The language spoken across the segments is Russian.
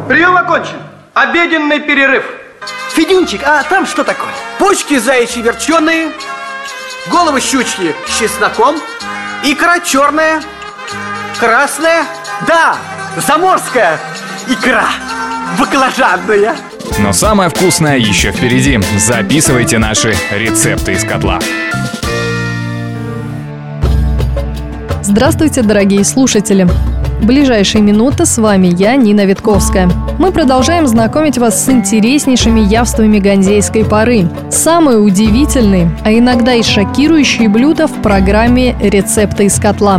Прием окончен. Обеденный перерыв. Федюнчик, а там что такое? Почки заячьи верченые, головы щучьи с чесноком, икра черная, красная, да, заморская икра, баклажанная. Но самое вкусное еще впереди. Записывайте наши рецепты из котла. Здравствуйте, дорогие слушатели! В ближайшие минуты с вами я, Нина Витковская. Мы продолжаем знакомить вас с интереснейшими явствами ганзейской поры. Самые удивительные, а иногда и шокирующие блюда в программе «Рецепты из котла».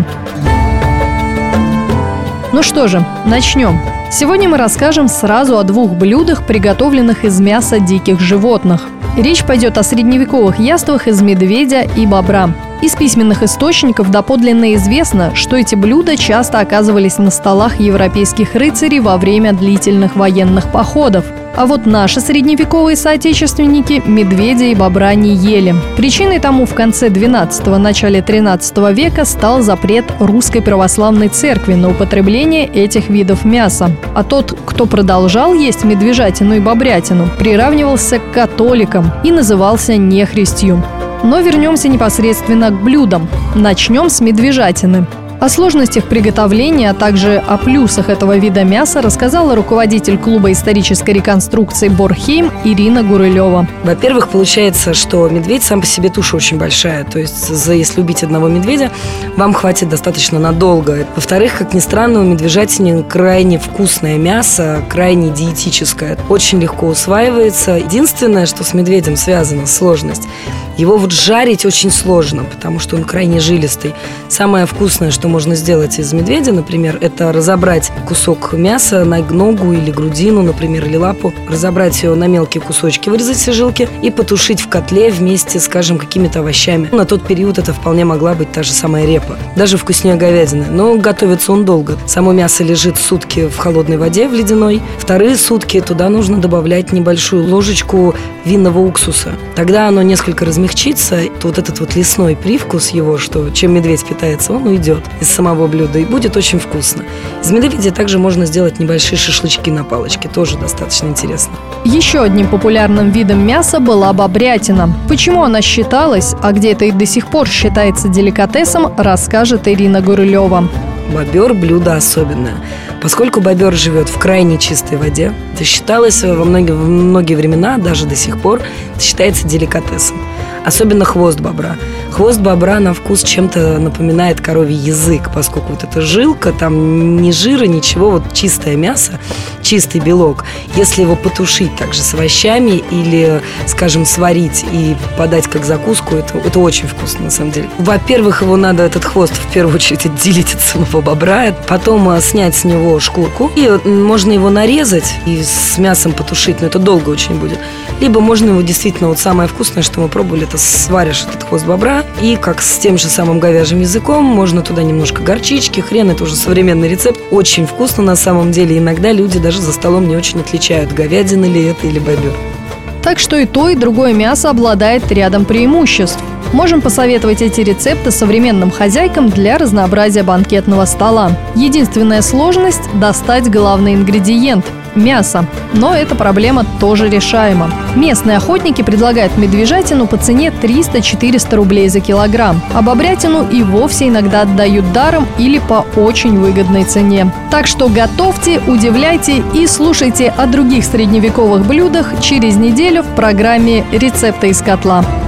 Ну что же, начнем. Сегодня мы расскажем сразу о двух блюдах, приготовленных из мяса диких животных. Речь пойдет о средневековых яствах из медведя и бобра. Из письменных источников доподлинно известно, что эти блюда часто оказывались на столах европейских рыцарей во время длительных военных походов. А вот наши средневековые соотечественники медведя и бобра не ели. Причиной тому в конце XII – начале XIII века стал запрет Русской Православной Церкви на употребление этих видов мяса. А тот, кто продолжал есть медвежатину и бобрятину, приравнивался к католикам и назывался нехристью. Но вернемся непосредственно к блюдам. Начнем с медвежатины. О сложностях приготовления, а также о плюсах этого вида мяса рассказала руководитель клуба исторической реконструкции «Борхейм» Ирина Гурылева. Во-первых, получается, что медведь сам по себе туша очень большая. То есть, если убить одного медведя, вам хватит достаточно надолго. Во-вторых, как ни странно, у медвежатины крайне вкусное мясо, крайне диетическое. Очень легко усваивается. Единственное, что с медведем связано, сложность. Его вот жарить очень сложно, потому что он крайне жилистый. Самое вкусное, что можно сделать из медведя, например, это разобрать кусок мяса на ногу или грудину, например, или лапу, разобрать ее на мелкие кусочки, вырезать все жилки и потушить в котле вместе, скажем, какими-то овощами. На тот период это вполне могла быть та же самая репа. Даже вкуснее говядины. Но готовится он долго. Само мясо лежит сутки в холодной воде, в ледяной. Вторые сутки туда нужно добавлять небольшую ложечку винного уксуса. Тогда оно несколько размягчится. Вот этот вот лесной привкус его, что чем медведь питается, он уйдет из самого блюда, и будет очень вкусно. Из медведя также можно сделать небольшие шашлычки на палочке, тоже достаточно интересно. Еще одним популярным видом мяса была бобрятина. Почему она считалась, а где-то и до сих пор считается деликатесом, расскажет Ирина Гурылева. Бобер – блюдо особенное. Поскольку бобер живет в крайне чистой воде, это считалось во многие времена, даже до сих пор, это считается деликатесом. Особенно хвост бобра. Хвост бобра на вкус чем-то напоминает коровий язык, поскольку вот эта жилка, там ни жира, ничего, вот чистое мясо, чистый белок. Если его потушить также с овощами или, скажем, сварить и подать как закуску, это очень вкусно на самом деле. Во-первых, его надо, этот хвост, в первую очередь отделить от самого бобра, потом снять с него шкурку, и можно его нарезать и с мясом потушить, но это долго очень будет. Либо можно его действительно, вот самое вкусное, что мы пробовали, это сваришь этот хвост бобра, и как с тем же самым говяжьим языком, можно туда немножко горчички, хрен, это уже современный рецепт. Очень вкусно на самом деле. Иногда люди даже за столом не очень отличают, говядина ли это или бобер. Так что и то, и другое мясо обладает рядом преимуществ. Можем посоветовать эти рецепты современным хозяйкам для разнообразия банкетного стола. Единственная сложность – достать главный ингредиент – мясо. Но эта проблема тоже решаема. Местные охотники предлагают медвежатину по цене 300-400 рублей за килограмм, а бобрятину и вовсе иногда отдают даром или по очень выгодной цене. Так что готовьте, удивляйте и слушайте о других средневековых блюдах через неделю в программе «Рецепты из котла».